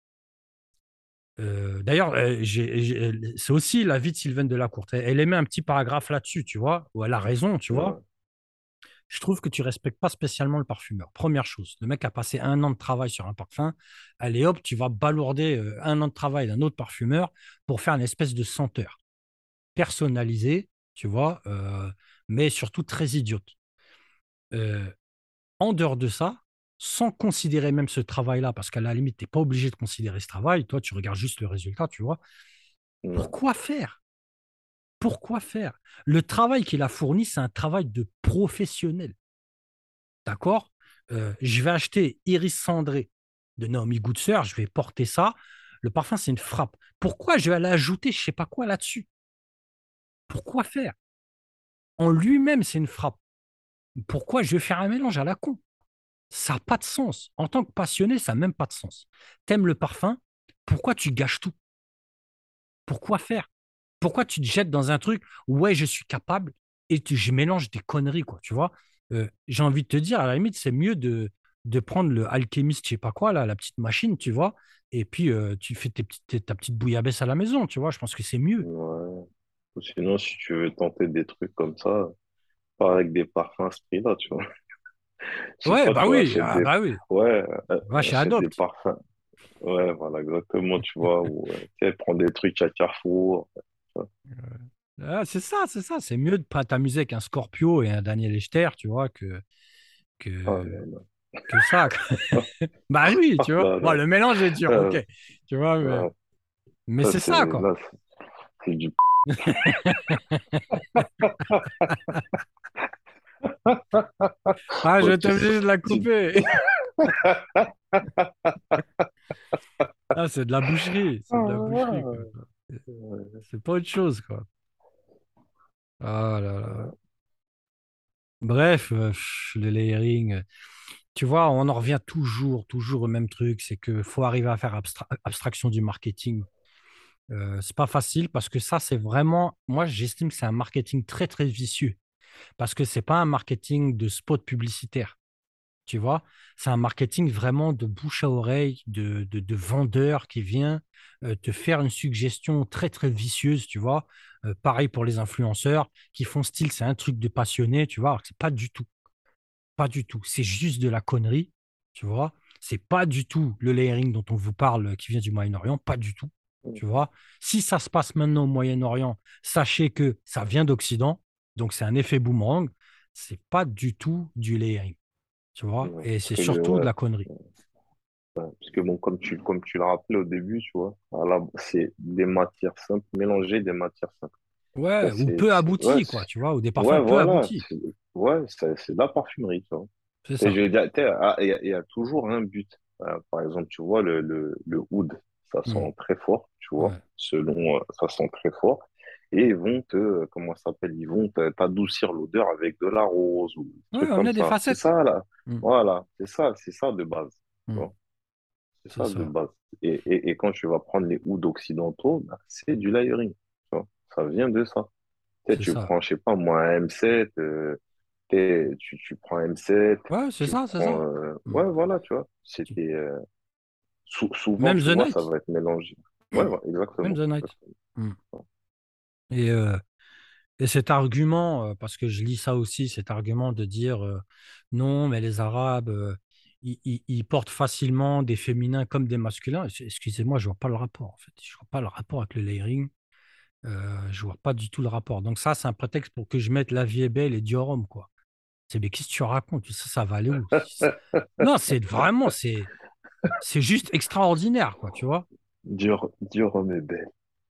[SPEAKER 1] Euh, d'ailleurs, euh, j'ai- j'ai- c'est aussi l'avis de Sylvaine Delacourte. Elle, elle émet un petit paragraphe là-dessus, tu vois, où elle a raison, tu vois.
[SPEAKER 2] Ouais.
[SPEAKER 1] Je trouve que tu respectes pas spécialement le parfumeur. Première chose, le mec a passé un an de travail sur un parfum. Allez hop, tu vas balourder euh, un an de travail d'un autre parfumeur pour faire une espèce de senteur personnalisée, tu vois, euh, mais surtout très idiote. Euh, En dehors de ça, sans considérer même ce travail-là, parce qu'à la limite, tu n'es pas obligé de considérer ce travail, toi, tu regardes juste le résultat, tu vois.
[SPEAKER 2] Ouais.
[SPEAKER 1] Pourquoi faire? Pourquoi faire? Le travail qu'il a fourni, c'est un travail de professionnel. D'accord? Euh, je vais acheter Iris Cendré de Naomi Goodsir, je vais porter ça. Le parfum, c'est une frappe. Pourquoi je vais aller ajouter je ne sais pas quoi là-dessus? Pourquoi faire? En lui-même, c'est une frappe. Pourquoi je vais faire un mélange à la con? Ça n'a pas de sens. En tant que passionné, ça n'a même pas de sens. T'aimes le parfum, pourquoi tu gâches tout? Pourquoi faire? Pourquoi tu te jettes dans un truc où, ouais, je suis capable et tu- je mélange des conneries, quoi, tu vois? Euh, j'ai envie de te dire, à la limite, c'est mieux de, de prendre le alchimiste, je sais pas quoi, là, la petite machine, tu vois, et puis euh, tu fais tes petites, ta petite bouillabaisse à la maison, tu vois, je pense que c'est mieux.
[SPEAKER 2] Ouais. Ou sinon, si tu veux tenter des trucs comme ça, pas avec des parfums à ce prix-là, tu vois. Je sais
[SPEAKER 1] Ouais,
[SPEAKER 2] pas,
[SPEAKER 1] bah
[SPEAKER 2] tu vois,
[SPEAKER 1] oui,
[SPEAKER 2] achète
[SPEAKER 1] ah,
[SPEAKER 2] des,
[SPEAKER 1] bah oui,
[SPEAKER 2] ouais, euh,
[SPEAKER 1] va chez
[SPEAKER 2] achète des
[SPEAKER 1] Adopt.
[SPEAKER 2] parfums. Ouais, voilà, exactement, tu vois, ou, euh, tu sais, prends des trucs à Carrefour. Tu vois.
[SPEAKER 1] Ah, c'est ça, c'est ça, c'est mieux de pas t'amuser avec un Scorpio et un Daniel Echter, tu vois, que,
[SPEAKER 2] Ah,
[SPEAKER 1] que,
[SPEAKER 2] non, non.
[SPEAKER 1] que ça. Bah oui, tu vois.
[SPEAKER 2] Non,
[SPEAKER 1] Bon,
[SPEAKER 2] non.
[SPEAKER 1] le mélange est dur, ok,
[SPEAKER 2] Euh,
[SPEAKER 1] tu vois, mais
[SPEAKER 2] ouais.
[SPEAKER 1] Mais
[SPEAKER 2] Ça,
[SPEAKER 1] c'est
[SPEAKER 2] c'est,
[SPEAKER 1] ça, quoi.
[SPEAKER 2] là, c'est c'est du.
[SPEAKER 1] Ah, je
[SPEAKER 2] Oh,
[SPEAKER 1] vais
[SPEAKER 2] tu sais,
[SPEAKER 1] t'obliger de la
[SPEAKER 2] tu-
[SPEAKER 1] couper. Ah, c'est de la boucherie. C'est de la boucherie, quoi.
[SPEAKER 2] Ah, ouais.
[SPEAKER 1] C'est pas autre chose, quoi. Ah là là. Bref, euh, pff, le layering. euh, Tu vois, on en revient toujours, toujours au même truc. C'est que faut arriver à faire abstra- abstraction du marketing. Euh, c'est pas facile parce que ça, c'est vraiment. Moi, j'estime que c'est un marketing très, très vicieux. Parce que c'est pas un marketing de spot publicitaire. Tu vois, c'est un marketing vraiment de bouche à oreille, de, de, de vendeur qui vient euh, te faire une suggestion très, très vicieuse, tu vois. Euh, pareil pour les influenceurs qui font style, c'est un truc de passionné, tu vois, alors que c'est pas du tout, pas du tout. C'est juste de la connerie, tu vois. C'est pas du tout le layering dont on vous parle euh, qui vient du Moyen-Orient, pas du tout, tu vois. Si ça se passe maintenant au Moyen-Orient, sachez que ça vient d'Occident, donc c'est un effet boomerang. C'est pas du tout du layering, tu vois,
[SPEAKER 2] Ouais,
[SPEAKER 1] et
[SPEAKER 2] parce
[SPEAKER 1] c'est
[SPEAKER 2] que je,
[SPEAKER 1] surtout de
[SPEAKER 2] ouais,
[SPEAKER 1] la connerie.
[SPEAKER 2] parce que bon, comme tu, comme tu l'as rappelé au début, tu vois, voilà, c'est des matières simples, mélanger des matières simples. Ça,
[SPEAKER 1] Ouais, ou
[SPEAKER 2] c'est,
[SPEAKER 1] peu
[SPEAKER 2] c'est- ouais,
[SPEAKER 1] abouti, quoi,
[SPEAKER 2] c'est-
[SPEAKER 1] tu vois, ou des parfums
[SPEAKER 2] ouais,
[SPEAKER 1] peu
[SPEAKER 2] voilà,
[SPEAKER 1] aboutis.
[SPEAKER 2] c'est, ouais, c'est c'est de la parfumerie, tu vois.
[SPEAKER 1] C'est
[SPEAKER 2] Et je
[SPEAKER 1] ça.
[SPEAKER 2] veux dire, tu sais, ah, il y, a il y a toujours un but. Euh, par exemple, tu vois, le, le, le oud, ça
[SPEAKER 1] Hmm.
[SPEAKER 2] sent très fort, tu vois,
[SPEAKER 1] Ouais.
[SPEAKER 2] selon, euh, ça sent très fort. Et ils vont te, euh, comment ça s'appelle, ils vont te- t'adoucir l'odeur avec de la rose ou des
[SPEAKER 1] Ouais,
[SPEAKER 2] trucs
[SPEAKER 1] on
[SPEAKER 2] comme
[SPEAKER 1] a des
[SPEAKER 2] ça. C'est
[SPEAKER 1] facettes.
[SPEAKER 2] ça, là.
[SPEAKER 1] Hmm.
[SPEAKER 2] Voilà, c'est ça, c'est ça de base. Tu
[SPEAKER 1] Hmm.
[SPEAKER 2] vois. C'est
[SPEAKER 1] C'est
[SPEAKER 2] ça de
[SPEAKER 1] ça.
[SPEAKER 2] base. Et, et, et quand tu vas prendre les ouds occidentaux, bah, c'est du layering. Tu vois. Ça vient de ça. Tu sais,
[SPEAKER 1] C'est
[SPEAKER 2] tu
[SPEAKER 1] ça.
[SPEAKER 2] prends, je sais pas, moi, un M sept, euh, t'es- tu, tu prends un M sept,
[SPEAKER 1] Ouais, c'est
[SPEAKER 2] tu
[SPEAKER 1] ça, c'est ça.
[SPEAKER 2] prends, euh,
[SPEAKER 1] Hmm.
[SPEAKER 2] ouais, voilà, tu vois. C'était, euh, sou- souvent,
[SPEAKER 1] Même
[SPEAKER 2] tu
[SPEAKER 1] The
[SPEAKER 2] vois, ça
[SPEAKER 1] Night.
[SPEAKER 2] va être mélangé. Ouais, ouais,
[SPEAKER 1] Même
[SPEAKER 2] exactement.
[SPEAKER 1] The Night.
[SPEAKER 2] Exactement.
[SPEAKER 1] Hmm. Et, euh, et cet argument, euh, parce que je lis ça aussi, cet argument de dire euh, non, mais les Arabes, euh, ils, ils- ils portent facilement des féminins comme des masculins. Excusez-moi, je vois pas le rapport, en fait. Je vois pas le rapport avec le layering. Euh, je vois pas du tout le rapport. Donc ça, c'est un prétexte pour que je mette La Vie est belle et Dior Homme, quoi. C'est, mais qu'est-ce que tu racontes? Ça, ça va aller où? Non, c'est vraiment, c'est, c'est juste extraordinaire, quoi, tu vois?
[SPEAKER 2] Dior, Dior homme est belle.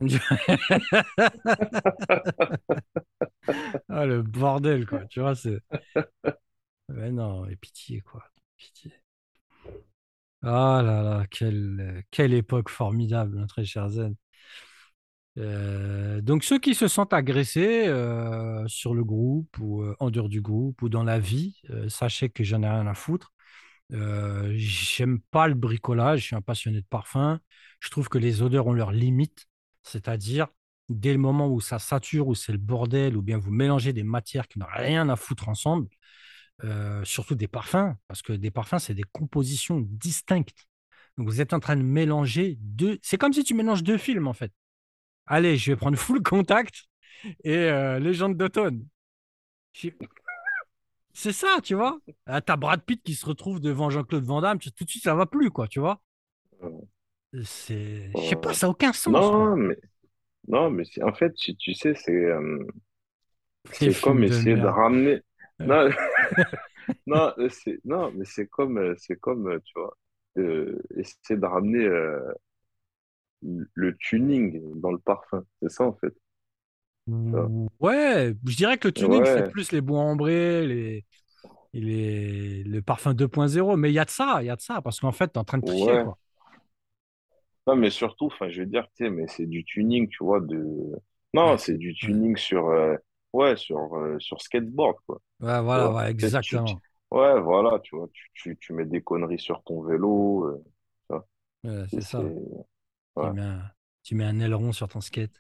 [SPEAKER 1] Ah, le bordel, quoi, tu vois, c'est... Mais non, et pitié, quoi. Pitié. Ah là là, quelle, quelle époque formidable, notre cher Zen. Euh, donc, ceux qui se sentent agressés euh, sur le groupe ou euh, en dehors du groupe ou dans la vie, euh, sachez que j'en ai rien à foutre. Euh, j'aime pas le bricolage, je suis un passionné de parfum. Je trouve que les odeurs ont leurs limites, c'est-à-dire dès le moment où ça sature, où c'est le bordel, ou bien vous mélangez des matières qui n'ont rien à foutre ensemble, euh, surtout des parfums, parce que des parfums, c'est des compositions distinctes. Donc vous êtes en train de mélanger deux. C'est comme si tu mélanges deux films, en fait. Allez, je vais prendre Full Contact et euh, Légende d'automne. Je- C'est ça, tu vois. Ah, t'as Brad Pitt qui se retrouve devant Jean-Claude Van Damme, tu- tout de suite, ça va plus, quoi, tu vois.
[SPEAKER 2] Euh,
[SPEAKER 1] C'est, je sais pas,
[SPEAKER 2] euh,
[SPEAKER 1] ça n'a aucun sens, quoi.
[SPEAKER 2] non, mais, non, mais c'est- en fait, si tu sais, c'est, euh,
[SPEAKER 1] Les
[SPEAKER 2] c'est comme
[SPEAKER 1] films de
[SPEAKER 2] essayer de
[SPEAKER 1] merde.
[SPEAKER 2] ramener.
[SPEAKER 1] Ouais.
[SPEAKER 2] Non, non, euh, c'est, non, mais c'est comme, euh, c'est comme, euh, tu vois, euh, essayer de ramener euh, le tuning dans le parfum. C'est ça, en fait. Tu vois.
[SPEAKER 1] Ouais, je dirais que le tuning, c'est
[SPEAKER 2] Ouais,
[SPEAKER 1] plus les bois ambrés, les, les, le parfum deux point zéro. Mais il y a de ça, il y a de ça, parce qu'en fait, tu es en train de tricher,
[SPEAKER 2] ouais.
[SPEAKER 1] quoi.
[SPEAKER 2] Non, mais surtout, enfin, je veux dire, tu sais, mais c'est du tuning, tu vois, de. Non,
[SPEAKER 1] Ouais,
[SPEAKER 2] c'est
[SPEAKER 1] c'est,
[SPEAKER 2] du
[SPEAKER 1] ouais.
[SPEAKER 2] tuning sur, euh, ouais, sur, euh, sur skateboard, quoi.
[SPEAKER 1] Ouais,
[SPEAKER 2] Tu
[SPEAKER 1] voilà,
[SPEAKER 2] vois.
[SPEAKER 1] ouais,
[SPEAKER 2] Tu sais, tu, tu-
[SPEAKER 1] exactement.
[SPEAKER 2] ouais, voilà, tu vois, tu, tu, tu mets des conneries sur ton vélo, euh, tu vois.
[SPEAKER 1] Ouais,
[SPEAKER 2] Et
[SPEAKER 1] c'est
[SPEAKER 2] c'est,
[SPEAKER 1] ça. Tu
[SPEAKER 2] ouais.
[SPEAKER 1] mets un, tu mets un aileron sur ton skate.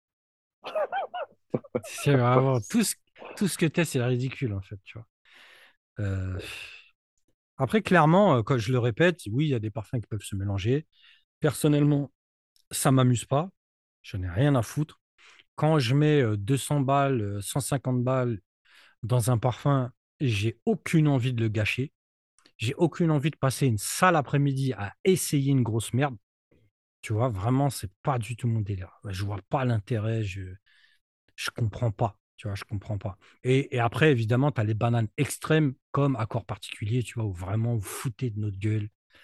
[SPEAKER 1] C'est vraiment tout ce, tout ce que t'es, c'est ridicule, en fait, tu vois. Euh, Après, clairement, euh, quand je le répète, oui, il y a des parfums qui peuvent se mélanger. Personnellement, ça m'amuse pas. Je n'ai rien à foutre. Quand je mets euh, deux cents balles, euh, cent cinquante balles dans un parfum, j'ai aucune envie de le gâcher. J'ai aucune envie de passer une sale après-midi à essayer une grosse merde. Tu vois, vraiment, c'est pas du tout mon délire. Je vois pas l'intérêt. Je, je comprends pas. Tu vois, je comprends pas. Et, et après, évidemment, tu as les bananes extrêmes comme accord particulier, tu vois, où vraiment vous foutez de notre gueule.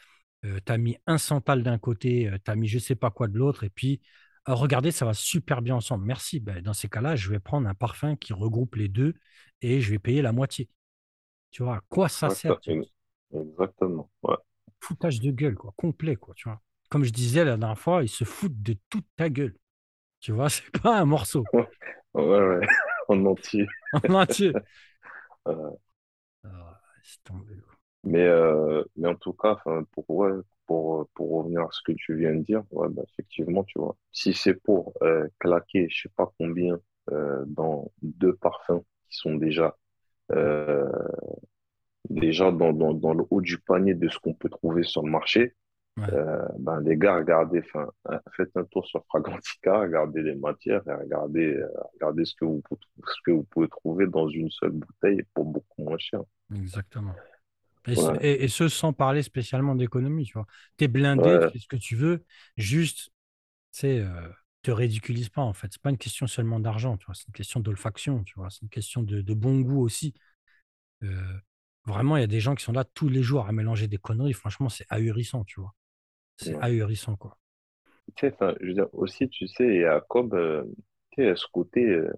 [SPEAKER 1] euh, tu as mis un santal d'un côté, tu as mis je sais pas quoi de l'autre, et puis euh, regardez, ça va super bien ensemble. Merci. Ben, dans ces cas-là, je vais prendre un parfum qui regroupe les deux et je vais payer la moitié. Tu vois, à quoi ça sert?
[SPEAKER 2] Exact- ex- Exactement. Ouais.
[SPEAKER 1] Foutage de gueule, quoi, complet, quoi, tu vois. Comme je disais la dernière fois, ils se foutent de toute ta gueule. Tu vois, c'est pas un morceau
[SPEAKER 2] Ouais, ouais. En entier.
[SPEAKER 1] en entier.
[SPEAKER 2] Euh,
[SPEAKER 1] Ah, c'est tombé, quoi.
[SPEAKER 2] mais, euh, mais en tout cas, enfin, pour, ouais, pour, pour revenir à ce que tu viens de dire, ouais, bah, effectivement, tu vois, si c'est pour euh, claquer, je sais pas combien, euh, dans deux parfums qui sont déjà, euh, déjà dans, dans, dans le haut du panier de ce qu'on peut trouver sur le marché,
[SPEAKER 1] Ouais,
[SPEAKER 2] euh, ben, les gars, regardez, enfin, hein, faites un tour sur Fragrantica, regardez les matières et regardez, euh, regardez ce que vous, pou- ce que vous pouvez trouver dans une seule bouteille pour beaucoup moins cher.
[SPEAKER 1] exactement. Et, ce-
[SPEAKER 2] Ouais,
[SPEAKER 1] et- et ce, sans parler spécialement d'économie, tu vois. T'es blindé, tu
[SPEAKER 2] ouais,
[SPEAKER 1] fais ce que tu veux, juste, tu sais, euh, te ridiculise pas, en fait. C'est pas une question seulement d'argent, tu vois. C'est une question d'olfaction, tu vois. C'est une question de, de bon goût aussi. Euh, Vraiment, il y a des gens qui sont là tous les jours à mélanger des conneries. Franchement, c'est ahurissant, tu vois. C'est
[SPEAKER 2] ouais.
[SPEAKER 1] ahurissant, quoi.
[SPEAKER 2] Tu sais, enfin, je veux dire, aussi, tu sais, il y a comme, euh, tu sais, à ce côté, euh,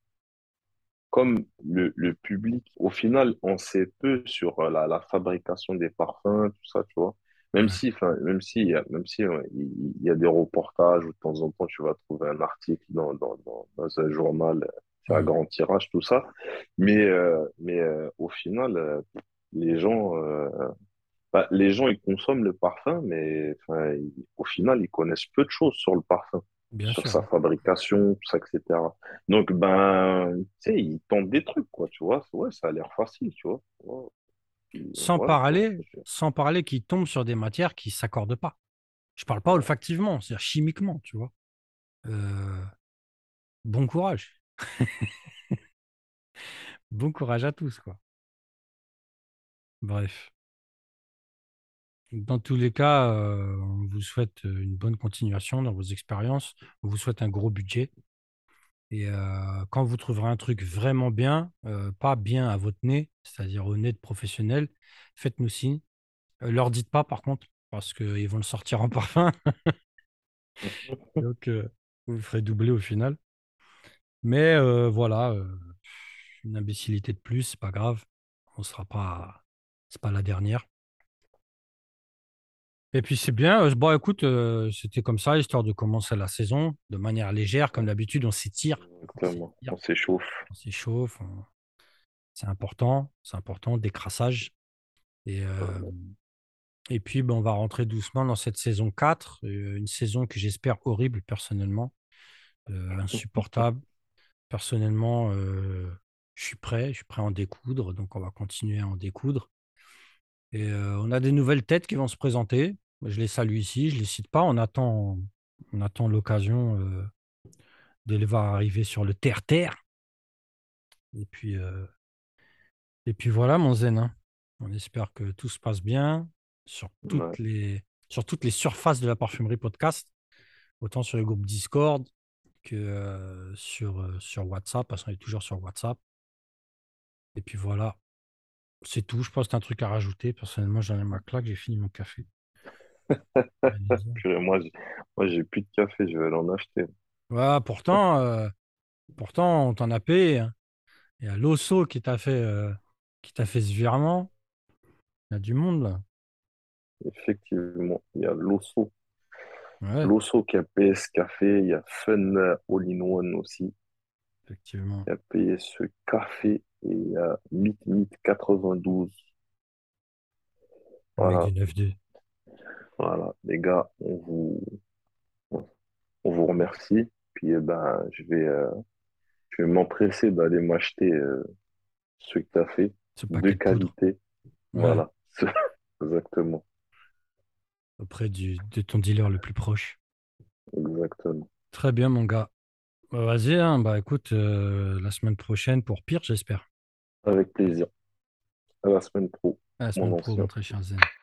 [SPEAKER 2] comme le, le public, au final, on sait peu sur euh, la, la fabrication des parfums, tout ça, tu vois. Même
[SPEAKER 1] Ouais.
[SPEAKER 2] si, enfin, même si, il y a- même si, ouais, il il y a des reportages où de temps en temps, tu vas trouver un article dans, dans, dans, dans un journal, euh, c'est à
[SPEAKER 1] Mm.
[SPEAKER 2] grand tirage, tout ça. Mais, euh, mais euh, au final, euh, les gens, euh, bah, les gens, ils consomment le parfum, mais enfin, ils- au final, ils connaissent peu de choses sur le parfum,
[SPEAKER 1] Bien
[SPEAKER 2] sur
[SPEAKER 1] sûr,
[SPEAKER 2] sa
[SPEAKER 1] hein.
[SPEAKER 2] fabrication, tout ça, et cetera. Donc, ben, tu sais, ils tentent des trucs, quoi, tu vois. Ouais, ça a l'air facile, tu vois. Ouais, puis,
[SPEAKER 1] Sans
[SPEAKER 2] voilà, quoi.
[SPEAKER 1] parler, sans parler qu'ils tombent sur des matières qui s'accordent pas. Je parle pas
[SPEAKER 2] Ouais.
[SPEAKER 1] olfactivement, c'est-à-dire chimiquement, tu vois. Euh, bon courage. Bon courage à tous, quoi. Bref. Dans tous les cas, euh, on vous souhaite une bonne continuation dans vos expériences. On vous souhaite un gros budget. Et euh, quand vous trouverez un truc vraiment bien, euh, pas bien à votre nez, c'est-à-dire au nez de professionnel, faites-nous signe. Euh, leur dites pas, par contre, parce qu'ils vont le sortir en parfum. Donc, euh, vous le ferez doubler au final. Mais euh, voilà, euh, une imbécilité de plus, c'est pas grave. On sera pas, c'est pas la dernière. Et puis c'est bien. euh, Bon, écoute, euh, c'était comme ça, histoire de commencer la saison de manière légère. Comme d'habitude, on s'étire. On
[SPEAKER 2] Exactement.
[SPEAKER 1] s'étire,
[SPEAKER 2] On s'échauffe.
[SPEAKER 1] on s'échauffe. on- C'est important, c'est important, décrassage. Et, euh,
[SPEAKER 2] Ouais.
[SPEAKER 1] et puis, ben, on va rentrer doucement dans cette saison quatre, euh, une saison que j'espère horrible personnellement, euh, insupportable. Personnellement, euh, je suis prêt, je suis prêt à en découdre, donc on va continuer à en découdre. Et euh, on a des nouvelles têtes qui vont se présenter. Je les salue ici, je les cite pas. On attend, on attend l'occasion euh, de les voir arriver sur le terre-terre. Et puis, euh, et puis voilà, mon zen, hein. On espère que tout se passe bien sur
[SPEAKER 2] Ouais.
[SPEAKER 1] toutes les, sur toutes les surfaces de la parfumerie podcast, autant sur le groupe Discord que euh, sur, euh, sur WhatsApp, parce qu'on est toujours sur WhatsApp. Et puis voilà, c'est tout. Je pense que c'est un truc à rajouter. Personnellement, j'en ai ma claque, j'ai fini mon café. Allez-y.
[SPEAKER 2] Purée, moi, j'ai, moi, j'ai plus de café, je vais aller en acheter.
[SPEAKER 1] Ouais, pourtant, euh, pourtant, on t'en a payé, hein. Il y a l'Osso qui t'a fait, euh, qui t'a fait ce virement. Il y a du monde là.
[SPEAKER 2] Effectivement, il y a l'Osso.
[SPEAKER 1] Ouais,
[SPEAKER 2] L'Osso qui a payé ce café, il y a Fun All-in-One aussi,
[SPEAKER 1] effectivement.
[SPEAKER 2] qui a payé ce café, et il y a Meet Meet quatre-vingt-douze.
[SPEAKER 1] Le mec
[SPEAKER 2] Voilà,
[SPEAKER 1] du neuf deux.
[SPEAKER 2] voilà, les gars, on vous, on vous remercie. Puis, eh ben, je vais, euh, je vais m'empresser d'aller m'acheter euh, ce café
[SPEAKER 1] Ce
[SPEAKER 2] de
[SPEAKER 1] paquet de poudre.
[SPEAKER 2] qualité.
[SPEAKER 1] Ouais,
[SPEAKER 2] Voilà, exactement,
[SPEAKER 1] auprès du, de ton dealer le plus proche.
[SPEAKER 2] exactement.
[SPEAKER 1] Très bien, mon gars. Bah, vas-y, hein, bah écoute, euh, la semaine prochaine pour pire, j'espère.
[SPEAKER 2] Avec plaisir. À la semaine pro,
[SPEAKER 1] À la
[SPEAKER 2] mon
[SPEAKER 1] semaine pro, mon
[SPEAKER 2] ancien.
[SPEAKER 1] très cher Zen.